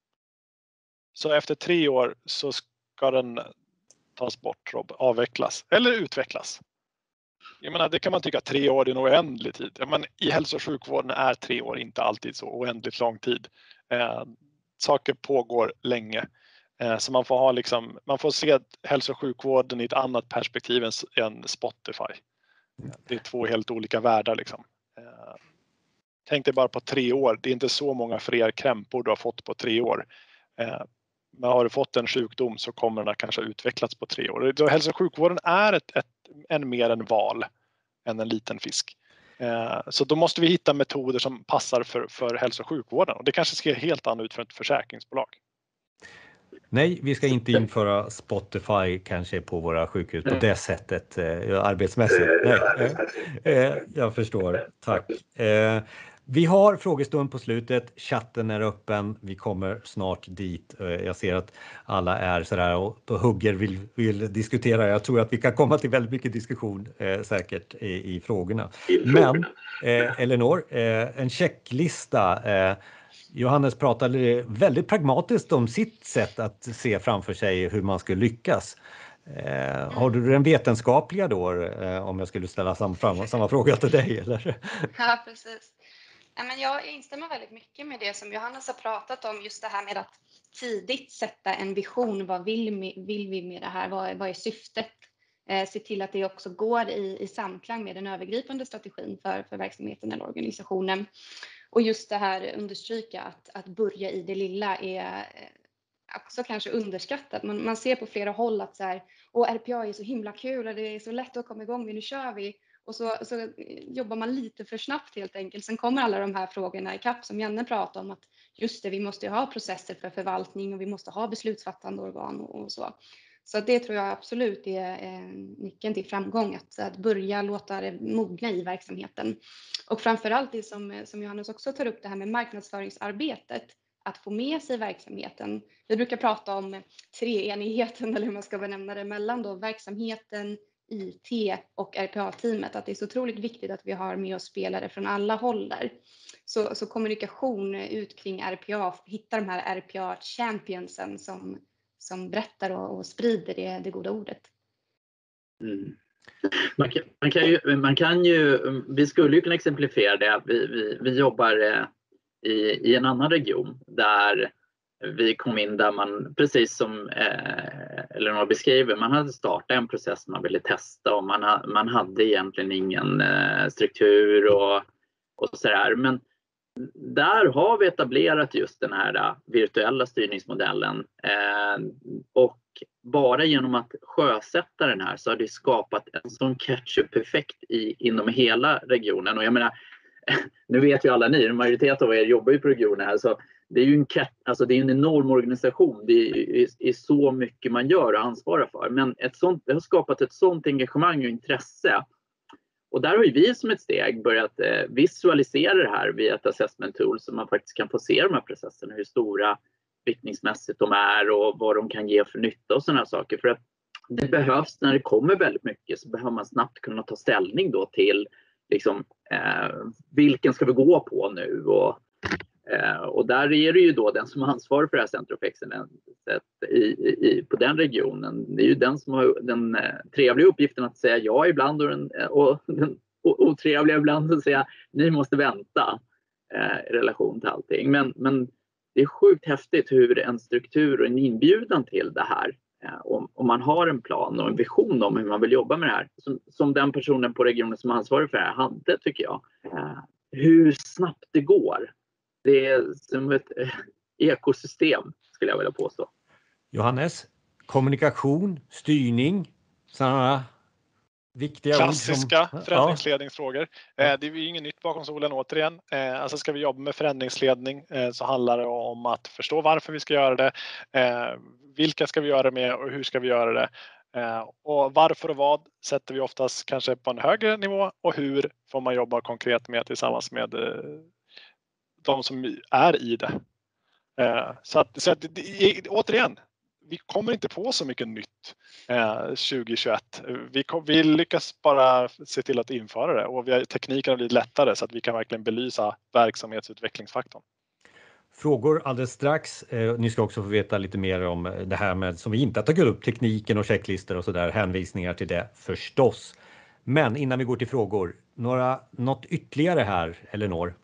Så efter tre år så ska den tas bort, avvecklas eller utvecklas. Jag menar, det kan man tycka att tre år är en oändlig tid. Men i hälso- och sjukvården är tre år inte alltid så oändligt lång tid. Eh, saker pågår länge. Eh, så man får, ha liksom, man får se hälso- och sjukvården i ett annat perspektiv än, än Spotify. Det är två helt olika världar. Liksom. Eh, tänk dig bara på tre år. Det är inte så många fler krämpor du har fått på tre år. Eh, Men har du fått en sjukdom så kommer den kanske utvecklats på tre år. Hälso- och sjukvården är ett, ett, en mer en val än en liten fisk. Eh, så då måste vi hitta metoder som passar för, för hälso- och sjukvården. Och det kanske ser helt annorlunda ut för ett försäkringsbolag. Nej, vi ska inte införa Spotify kanske på våra sjukhus på det sättet eh, arbetsmässigt. Nej, eh, eh, jag förstår. Tack. Eh, Vi har frågestund på slutet, chatten är öppen, vi kommer snart dit. Jag ser att alla är sådär och på hugger vill, vill diskutera. Jag tror att vi kan komma till väldigt mycket diskussion eh, säkert i, i frågorna. Men eh, Elinor, eh, en checklista. Eh, Johannes pratade väldigt pragmatiskt om sitt sätt att se framför sig hur man ska lyckas. Eh, har du den vetenskapliga då, eh, om jag skulle ställa samma, samma fråga till dig? Eller? Ja, precis. Ja, men jag instämmer väldigt mycket med det som Johannes har pratat om, just det här med att tidigt sätta en vision. Vad vill, vill vi med det här? Vad, vad är syftet? Eh, se till att det också går i, i samklang med den övergripande strategin för, för verksamheten eller organisationen. Och just det här understryka att, att börja i det lilla är också kanske underskattat. Man, man ser på flera håll att så här, och R P A är så himla kul och det är så lätt att komma igång med, nu kör vi. Och så, så jobbar man lite för snabbt helt enkelt. Sen kommer alla de här frågorna i kapp som Janne pratade om, att just det, vi måste ju ha processer för förvaltning och vi måste ha beslutsfattande organ och, och så. Så det tror jag absolut är eh, nyckeln till framgång, att, att börja låta det mogna i verksamheten. Och framförallt det som, som Johannes också tar upp, det här med marknadsföringsarbetet, att få med sig verksamheten. Vi brukar prata om treenigheten, eller hur man ska benämna det, mellan då verksamheten, I T och R P A-teamet, att det är så otroligt viktigt att vi har med oss spelare från alla håll där. Så, så kommunikation ut kring R P A, hitta de här R P A-championsen som, som berättar och, och sprider det, det goda ordet. Mm. Man kan, man kan ju, man kan ju, vi skulle ju kunna exemplifiera det. Vi, vi, vi jobbar eh, i, i en annan region där vi kom in där man, precis som eh, Eleanor beskriver, man hade startat en process man ville testa och man, ha, man hade egentligen ingen eh, struktur och, och sådär. Men där har vi etablerat just den här uh, virtuella styrningsmodellen eh, och bara genom att sjösätta den här så har det skapat en sån catch-up-effekt i, inom hela regionen. Och jag menar, nu vet ju alla ni, en majoritet av er jobbar ju på regionen här, så det är ju en, alltså det är en enorm organisation. Det är, är så mycket man gör och ansvarar för. Men ett sånt, det har skapat ett sånt engagemang och intresse. Och där har ju vi som ett steg börjat eh, visualisera det här via ett assessment tool, så man faktiskt kan få se de här processerna, hur stora viktningsmässigt de är och vad de kan ge för nytta och sådana här saker. För att det behövs, när det kommer väldigt mycket, så behöver man snabbt kunna ta ställning då till liksom, eh, vilken ska vi gå på nu, och Eh, och där är det ju då den som har ansvar för det här Center of Excellence i, i, på den regionen. Det är ju den som har den eh, trevliga uppgiften att säga ja ibland och den, och den otrevliga ibland att säga ni måste vänta eh, i relation till allting. Men, men det är sjukt häftigt hur en struktur och en inbjudan till det här, eh, om, om man har en plan och en vision om hur man vill jobba med det här, som, som den personen på regionen som ansvarar för det här hade, tycker jag. Eh, hur snabbt det går. Det är som ett ekosystem, skulle jag vilja påstå. Johannes, kommunikation, styrning, sådana viktiga klassiska ord som, förändringsledningsfrågor. Ja. Eh, det är ju inget nytt bakom solen återigen. Eh, alltså ska vi jobba med förändringsledning eh, så handlar det om att förstå varför vi ska göra det. Eh, vilka ska vi göra det med och hur ska vi göra det? Eh, och varför och vad sätter vi oftast kanske på en högre nivå, och hur får man jobba konkret med tillsammans med eh, de som är i det. Eh, så att, så att det, återigen, vi kommer inte på så mycket nytt eh, tjugohundratjugoett. Vi, kom, vi lyckas bara se till att införa det, och vi har, tekniken har blivit lättare så att vi kan verkligen belysa verksamhetsutvecklingsfaktorn. Frågor alldeles strax. Eh, ni ska också få veta lite mer om det här med, som vi inte har tagit upp, tekniken och checklistor och så där, hänvisningar till det förstås. Men innan vi går till frågor, några, något ytterligare här, Eleanor?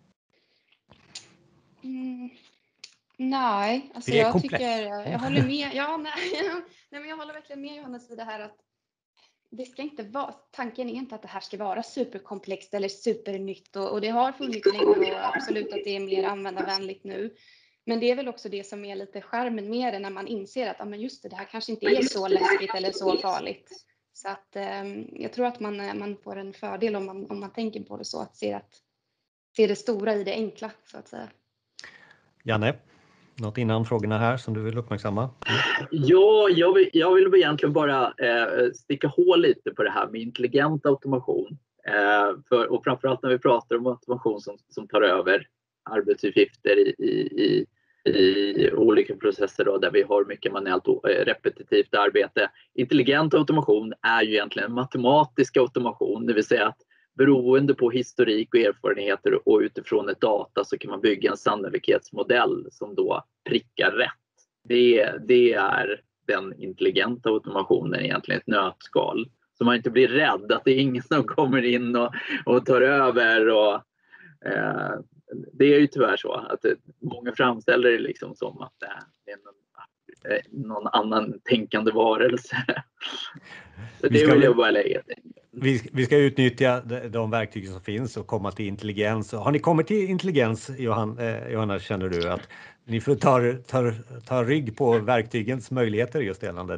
Mm, nej, alltså det är jag komplext. tycker, jag håller med, ja, nej, nej, men jag håller verkligen med Johannes i det här, att det ska inte vara, tanken är inte att det här ska vara superkomplext eller supernytt, och, och det har funnits länge, och absolut att det är mer användarvänligt nu. Men det är väl också det som är lite charmen med det, när man inser att ja, men just det, det här kanske inte är så läskigt eller så farligt. Så att eh, jag tror att man, man får en fördel om man, om man tänker på det så, att se, att se det stora i det enkla, så att säga. Janne, något innan frågorna här som du vill uppmärksamma? Mm. Ja, jag vill, jag vill egentligen bara eh, sticka hål lite på det här med intelligent automation. Eh, för, och framförallt när vi pratar om automation som, som tar över arbetsuppgifter i, i, i, i olika processer då, där vi har mycket manuellt och repetitivt arbete. Intelligent automation är ju egentligen matematisk automation, det vill säga att beroende på historik och erfarenheter och utifrån ett data så kan man bygga en sannolikhetsmodell som då prickar rätt. Det, det är den intelligenta automationen egentligen, ett nötskal. Så man inte blir rädd att det är ingen som kommer in och, och tar över. Och, eh, det är ju tyvärr så att det, många framställer det liksom som att det är någon, någon annan tänkande varelse. Så det vill jag bara lägga till. Vi, vi ska utnyttja de, de verktyg som finns och komma till intelligens. Har ni kommit till intelligens, Johan, eh, Johanna, känner du att ni får ta, ta, ta rygg på verktygens möjligheter just gällande det?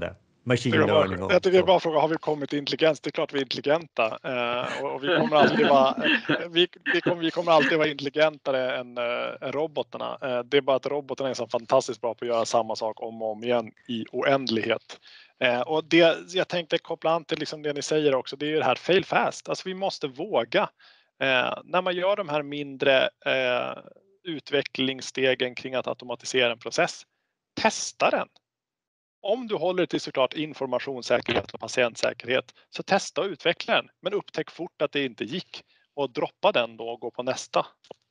machine learning. Jag tycker det är bara fråga, har vi kommit till intelligens? Det är klart vi är intelligenta. Eh, och, och vi kommer alltid vara, vi, vi, kommer, vi kommer alltid vara intelligentare än, äh, än robotarna. Eh, det är bara att robotarna är så fantastiskt bra på att göra samma sak om och om igen i oändlighet. Eh, och det jag tänkte koppla an till liksom det ni säger också, det är ju det här fail fast. Alltså vi måste våga. Eh, när man gör de här mindre eh, utvecklingsstegen kring att automatisera en process, testa den. Om du håller till såklart informationssäkerhet och patientsäkerhet, så testa och utveckla den. Men upptäck fort att det inte gick och droppa den då och gå på nästa.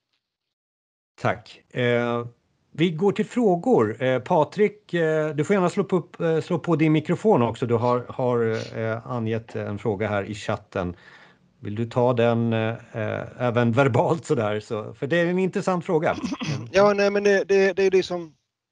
Tack. Eh, vi går till frågor. Eh, Patrik, eh, du får gärna slå, upp, eh, slå på din mikrofon också. Du har, har eh, angett en fråga här i chatten. Vill du ta den eh, även verbalt sådär? Så, för det är en intressant fråga. Ja, nej, men det, det, det är det som...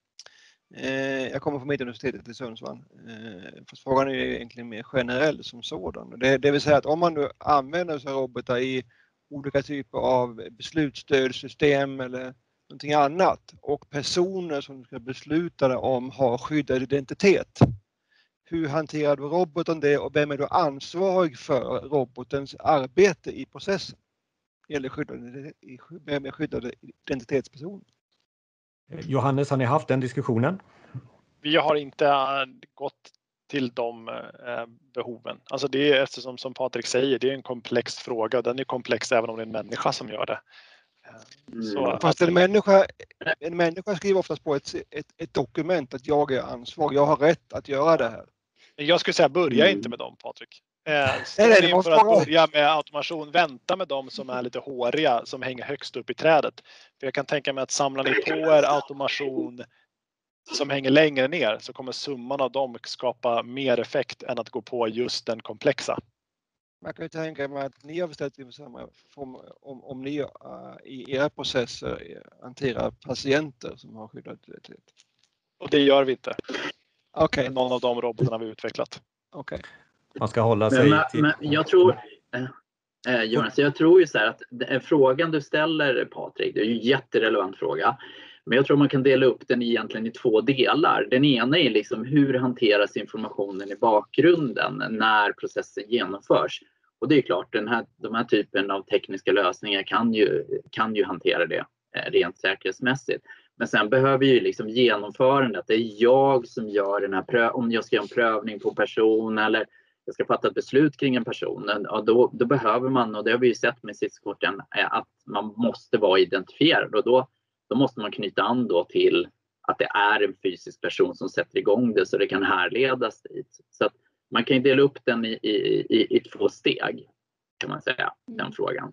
Eh, jag kommer från Mittuniversitetet i Sundsvall. Eh, fast frågan är ju egentligen mer generell som sådan. Det, det vill säga att om man nu använder sig av robotar i olika typer av beslutsstödsystem eller någonting annat och personer som ska besluta om har skyddad identitet. Hur hanterar du roboten det och vem är du ansvarig för robotens arbete i processen? Eller skyddade, med skyddade identitetspersoner. Johannes, har ni haft den diskussionen? Vi har inte gått till de behoven. Alltså det är, eftersom som Patrik säger, det är en komplex fråga. Den är komplex även om det är en människa som gör det. Så, Fast en människa, en människa skriver oftast på ett, ett, ett dokument att jag är ansvarig. Jag har rätt att göra det här. Jag skulle säga börja inte med dem, Patrik. Eh, nej, nej, för att börja med automation, vänta med dem som är lite håriga, som hänger högst upp i trädet. För jag kan tänka mig att samlar ni på er automation som hänger längre ner, så kommer summan av dem skapa mer effekt än att gå på just den komplexa. Man kan ju tänka mig att ni har beställt om, om, om ni uh, i era processer hanterar patienter som har skyddad identitet. Och det gör vi inte. Okay. Någon av de robotarna vi utvecklat. Okay. Man ska hålla sig men, till... Men jag tror, eh, Jonas, jag tror ju så här att det, frågan du ställer, Patrik, det är ju en jätterelevant fråga. Men jag tror man kan dela upp den egentligen i två delar. Den ena är liksom hur hanteras informationen i bakgrunden när processen genomförs. Och det är klart, den här, de här typen av tekniska lösningar kan ju, kan ju hantera det eh, rent säkerhetsmässigt. Men sen behöver ju liksom genomförandet, det är jag som gör den här prö- om jag ska göra en prövning på person eller jag ska fatta ett beslut kring en person. Och då, då behöver man, och det har vi ju sett med SIS-korten, att man måste vara identifierad. Och då, då måste man knyta an då till att det är en fysisk person som sätter igång det så det kan härledas dit. Så att man kan ju dela upp den i, i, i, i två steg, kan man säga, den frågan.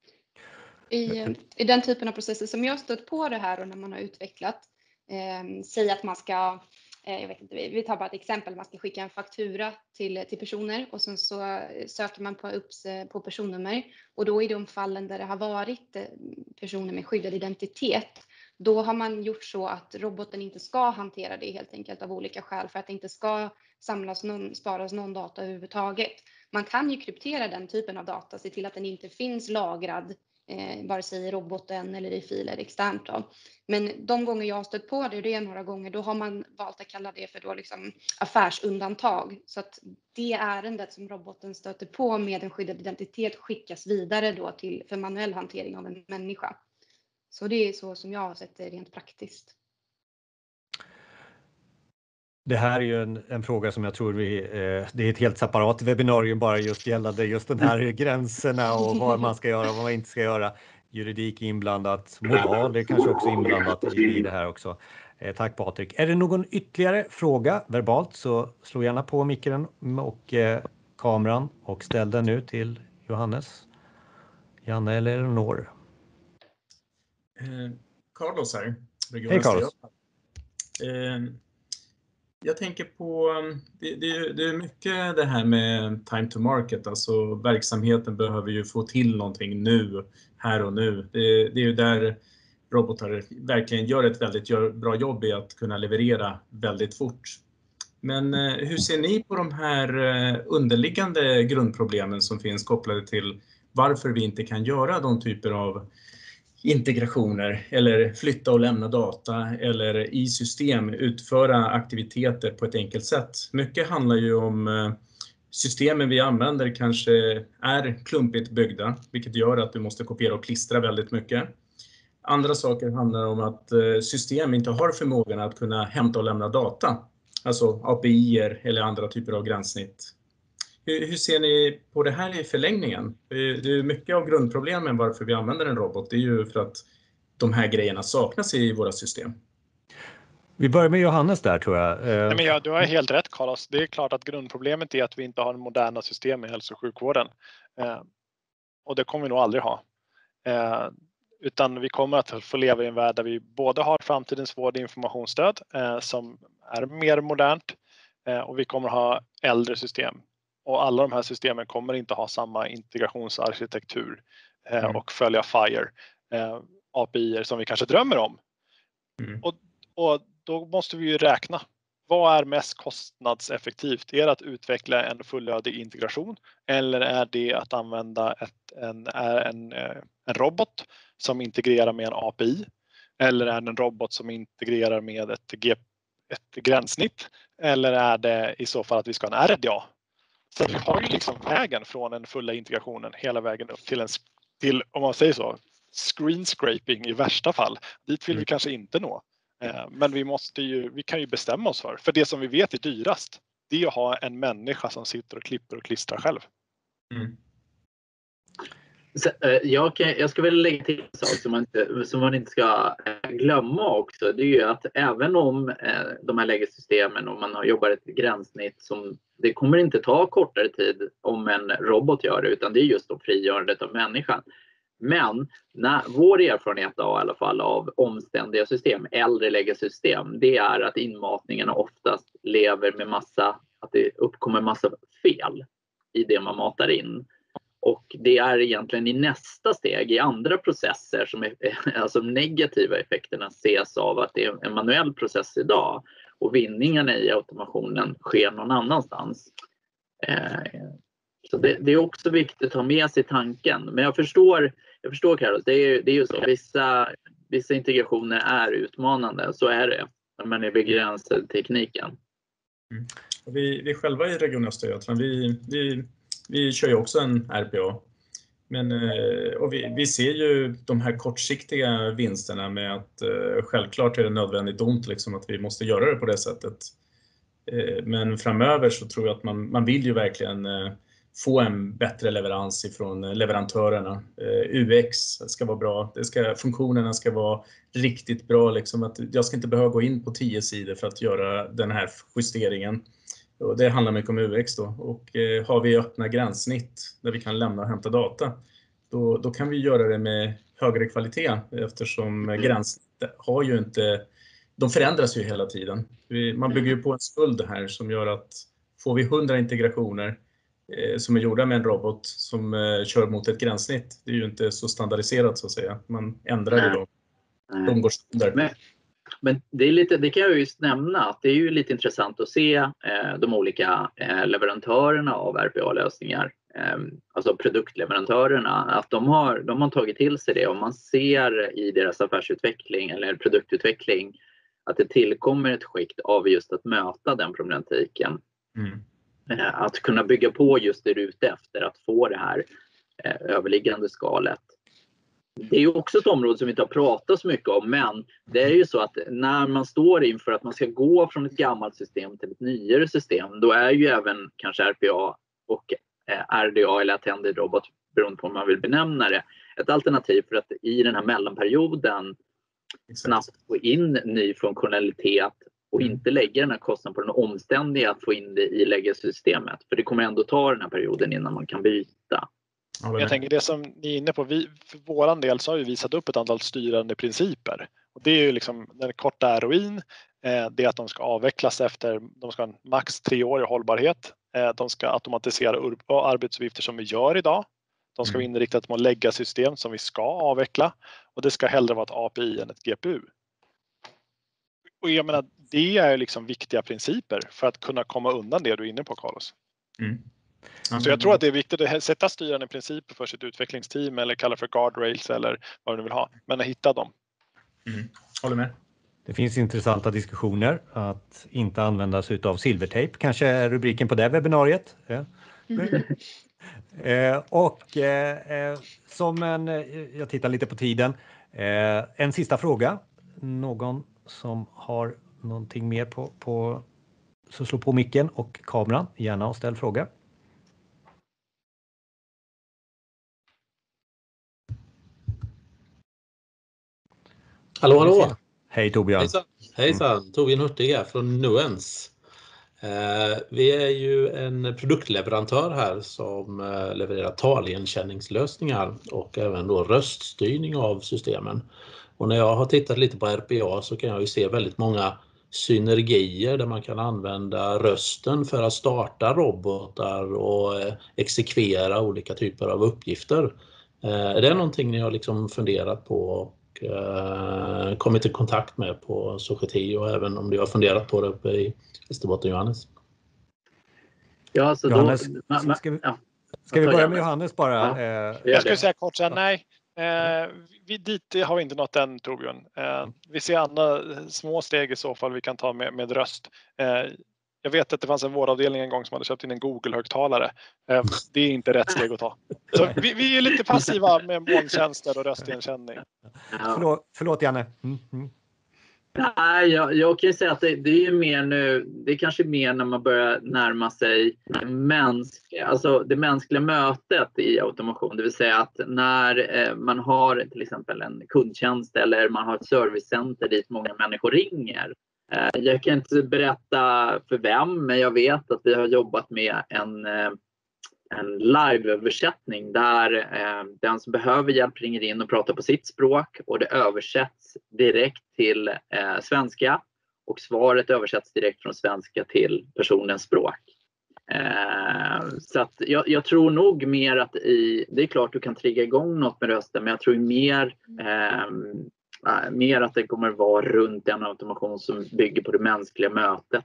I, I den typen av processer som jag har stött på det här och när man har utvecklat, eh, säg att man ska, eh, jag vet inte, vi tar bara ett exempel, man ska skicka en faktura till, till personer och sen så söker man på, upp, på personnummer och då i de fallen där det har varit eh, personer med skyddad identitet, då har man gjort så att roboten inte ska hantera det helt enkelt av olika skäl för att det inte ska samlas någon, sparas någon data överhuvudtaget. Man kan ju kryptera den typen av data, se till att den inte finns lagrad Eh, vare sig i roboten eller i filer externt då. Men de gånger jag har stött på det, och det är några gånger, då har man valt att kalla det för då liksom affärsundantag. Så att det ärendet som roboten stöter på med en skyddad identitet skickas vidare då till för manuell hantering av en människa. Så det är så som jag har sett det rent praktiskt. Det här är ju en, en fråga som jag tror vi, eh, det är ett helt separat webbinarium bara just gällande just den här gränserna och vad man ska göra och vad man inte ska göra. Juridik är inblandat, moral är kanske också inblandat i, i det här också. Eh, tack Patrik. Är det någon ytterligare fråga verbalt så slå gärna på micken och eh, kameran och ställ den nu till Johannes, Janne eller Eleanor. Eh, Carlos här. Hej Carlos. Eh, Jag tänker på, det, det, det är mycket det här med time to market, alltså verksamheten behöver ju få till någonting nu, här och nu. Det, det är ju där robotar verkligen gör ett väldigt gör, bra jobb i att kunna leverera väldigt fort. Men eh, hur ser ni på de här eh, underliggande grundproblemen som finns kopplade till varför vi inte kan göra de typer av integrationer eller flytta och lämna data eller i system utföra aktiviteter på ett enkelt sätt. Mycket handlar ju om systemen vi använder kanske är klumpigt byggda, vilket gör att du måste kopiera och klistra väldigt mycket. Andra saker handlar om att system inte har förmågan att kunna hämta och lämna data, alltså A P I-er eller andra typer av gränssnitt. Hur, hur ser ni på det här i förlängningen? Det är mycket av grundproblemen varför vi använder en robot. Det är ju för att de här grejerna saknas i våra system. Vi börjar med Johannes där tror jag. Nej, men ja, du har helt rätt Carlos. Det är klart att grundproblemet är att vi inte har moderna system i hälso- och sjukvården. Eh, och det kommer vi nog aldrig ha. Eh, utan vi kommer att få leva i en värld där vi både har framtidens vård och informationsstöd eh, som är mer modernt. Eh, och vi kommer ha äldre system. Och alla de här systemen kommer inte ha samma integrationsarkitektur eh, Mm. och följa FHIR, eh, A P I-er som vi kanske drömmer om. Mm. Och, och då måste vi ju räkna. Vad är mest kostnadseffektivt? Är det att utveckla en fullödig integration eller är det att använda ett, en, en, en robot som integrerar med en A P I? Eller är det en robot som integrerar med ett, G, ett gränssnitt? Eller är det i så fall att vi ska ha en R D A? Så vi har ju liksom vägen från den fulla integrationen hela vägen upp till, en, till om man säger så, screen scraping i värsta fall. Dit vill vi kanske inte nå. Men vi, måste ju, vi kan ju bestämma oss för. För det som vi vet är dyrast, det är att ha en människa som sitter och klipper och klistrar själv. Mm. Så, jag, kan, jag ska väl lägga till en sak som man, inte, som man inte ska glömma också. Det är ju att även om eh, de här legacy-systemen och man har jobbat ett gränssnitt som det kommer inte ta kortare tid om en robot gör det, utan det är just då frigörandet av människan. Men när, vår erfarenhet då, i alla fall av omständiga system, äldre legacy-system, det är att inmatningarna oftast lever med massa, att det uppkommer massa fel i det man matar in. Och det är egentligen i nästa steg, i andra processer, som är, alltså negativa effekterna ses av att det är en manuell process idag och vinningarna i automationen sker någon annanstans. Eh, så det, det är också viktigt att ha med sig tanken. Men jag förstår, jag förstår Carlos, det är, det är ju så. Vissa, vissa integrationer är utmanande, så är det när man är begränsad tekniken. Mm. Vi, vi själva i Region Östergötland, vi, vi, vi kör ju också en R P A. Men, och vi, vi ser ju de här kortsiktiga vinsterna med att eh, självklart är det nödvändigt ont liksom, att vi måste göra det på det sättet. Eh, men framöver så tror jag att man, man vill ju verkligen eh, få en bättre leverans ifrån leverantörerna. Eh, U X ska vara bra, det ska, funktionerna ska vara riktigt bra. Liksom, att jag ska inte behöva gå in på tio sidor för att göra den här justeringen. Och det handlar mycket om U X då. Och eh, har vi öppna gränssnitt där vi kan lämna och hämta data, då, då kan vi göra det med högre kvalitet, eftersom mm. gränssnitt har ju inte, de förändras ju hela tiden. Vi, man bygger ju på en skuld här som gör att får vi hundra integrationer eh, som är gjorda med en robot som eh, kör mot ett gränssnitt, det är ju inte så standardiserat så att säga. Man ändrar ju dem. De går sönder. Men, men det, är lite, det kan jag just nämna att det är ju lite intressant att se eh, de olika eh, leverantörerna av R P A-lösningar, eh, alltså produktleverantörerna, att de har, de har tagit till sig det och man ser i deras affärsutveckling eller produktutveckling att det tillkommer ett skikt av just att möta den problematiken. Mm. Eh, att kunna bygga på just det du är ute efter, att få det här eh, överliggande skalet. Det är ju också ett område som vi inte har pratat så mycket om, men det är ju så att när man står inför att man ska gå från ett gammalt system till ett nyare system, då är ju även kanske R P A och R D A eller attended robot, beroende på hur man vill benämna det, ett alternativ för att i den här mellanperioden snabbt få in ny funktionalitet och inte lägga den här kostnaden på den omständiga att få in det i legacy-systemet. För det kommer ändå ta den här perioden innan man kan byta. Jag tänker det som ni är inne på, vi, för våran del så har vi visat upp ett antal styrande principer. Och det är ju liksom den korta R O I:n, eh, det är att de ska avvecklas efter, de ska ha en max tre år i hållbarhet. Eh, de ska automatisera arbetsuppgifter som vi gör idag. De ska vara inriktat på att lägga system som vi ska avveckla. Och det ska hellre vara ett A P I än ett G P U. Och jag menar, det är liksom viktiga principer för att kunna komma undan det du är inne på, Carlos. Mm. Mm. Så jag tror att det är viktigt att sätta styrande principer för sitt utvecklingsteam eller kalla för guardrails eller vad du vill ha. Men att hitta dem. Mm. Håller med. Det finns intressanta diskussioner att inte använda sig av silvertejp. Kanske är rubriken på det webbinariet. Ja. Mm. eh, och eh, som en, jag tittar lite på tiden. Eh, en sista fråga. Någon som har någonting mer på, på så slå på micken och kameran. Gärna och ställ fråga. Hallå, hallå! Hej Torbjörn! Hejsan, Hejsan. Mm. Torbjörn Hurtig här från Nuance. Eh, vi är ju en produktleverantör här som eh, levererar taligenkänningslösningar och även då röststyrning av systemen. Och när jag har tittat lite på R P A så kan jag ju se väldigt många synergier där man kan använda rösten för att starta robotar och eh, exekvera olika typer av uppgifter. Eh, är det någonting ni har liksom funderat på? Uh, kommit i kontakt med på Society och även om du har funderat på det uppe i Västerbotten, Johannes? Ja, så Johannes, då, man, ska vi, ja, ska vi börja med Johannes bara? Ja, eh, jag skulle säga kort sen, nej. Eh, vi, dit har vi inte nått än, Torbjörn. Eh, vi ser andra små steg i så fall vi kan ta med, med röst. Eh, jag vet att det fanns en vårdavdelning en gång som hade köpt in en Google-högtalare. Eh, det är inte rätt steg att ta. Så vi, vi är lite passiva med molntjänster och röstigenkänning. Ja. Förlåt, förlåt Janne. Mm, mm. Nej, jag, jag kan ju säga att det, det är ju mer nu, det är kanske mer när man börjar närma sig mänsk, alltså det mänskliga mötet i automation. Det vill säga att när eh, man har till exempel en kundtjänst eller man har ett servicecenter dit många människor ringer. Eh, jag kan inte berätta för vem, men jag vet att vi har jobbat med en eh, en live-översättning där eh, den som behöver hjälp ringer in och pratar på sitt språk och det översätts direkt till eh, svenska och svaret översätts direkt från svenska till personens språk. Eh, så att jag, jag tror nog mer att i, det är klart du kan trigga igång något med rösten, men jag tror mer, eh, mer att det kommer vara runt en automation som bygger på det mänskliga mötet.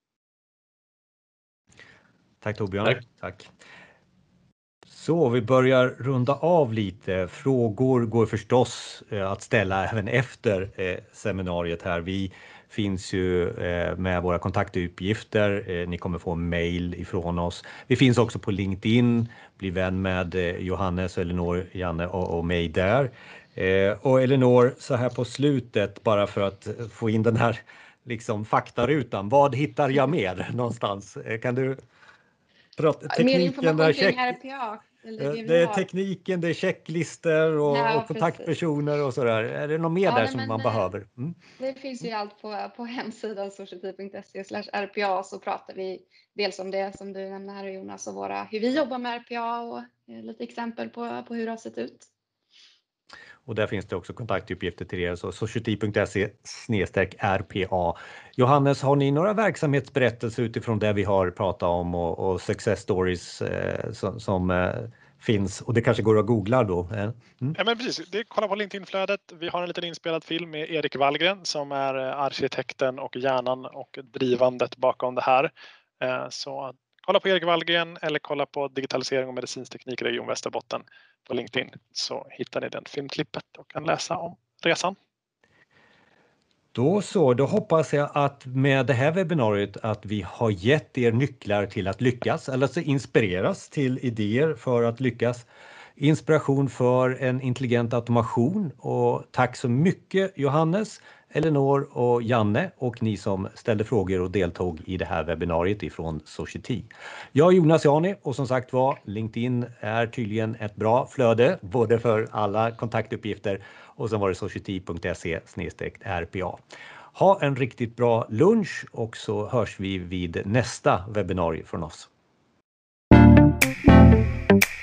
Tack Torbjörn. Tack. Tack. Så vi börjar runda av lite. Frågor går förstås att ställa även efter seminariet här. Vi finns ju med våra kontaktuppgifter. Ni kommer få en mail ifrån oss. Vi finns också på LinkedIn. Bli vän med Johannes, Elinor, Janne och, och mig där. Och Elinor, så här på slutet, bara för att få in den här liksom faktarutan. Vad hittar jag mer någonstans? Kan du prata? Mer information kring R P A? Eller det det är tekniken, det är checklistor och, ja, och kontaktpersoner och sådär. Är det något mer ja, där nej, som men, man behöver? Mm. Det finns ju allt på, på hemsidan society punkt se slash R P A, så pratar vi dels om det som du nämnde här Jonas och våra, hur vi jobbar med R P A och lite exempel på, på hur det har sett ut. Och där finns det också kontaktuppgifter till er, så society punkt se slash R P A. Johannes, har ni några verksamhetsberättelser utifrån det vi har pratat om och, och success stories eh, som, som eh, finns? Och det kanske går att googla då? Eh? Mm. Ja, men precis. Det, kolla på LinkedIn-flödet. Vi har en liten inspelad film med Erik Wallgren som är arkitekten och hjärnan och drivandet bakom det här. Eh, så kolla på Erik Wallgren eller kolla på digitalisering och medicinsk teknik i Region Västerbotten på LinkedIn, så hittar ni den filmklippet och kan läsa om resan. Då så, då hoppas jag att med det här webbinariet att vi har gett er nycklar till att lyckas, eller så inspireras till idéer för att lyckas. Inspiration för en intelligent automation, och tack så mycket Johannes, Elinor och Janne och ni som ställde frågor och deltog i det här webbinariet ifrån Society. Jag är Jonas Jani och som sagt var, LinkedIn är tydligen ett bra flöde både för alla kontaktuppgifter och sen var det society punkt se slash R P A. Ha en riktigt bra lunch och så hörs vi vid nästa webbinarie från oss.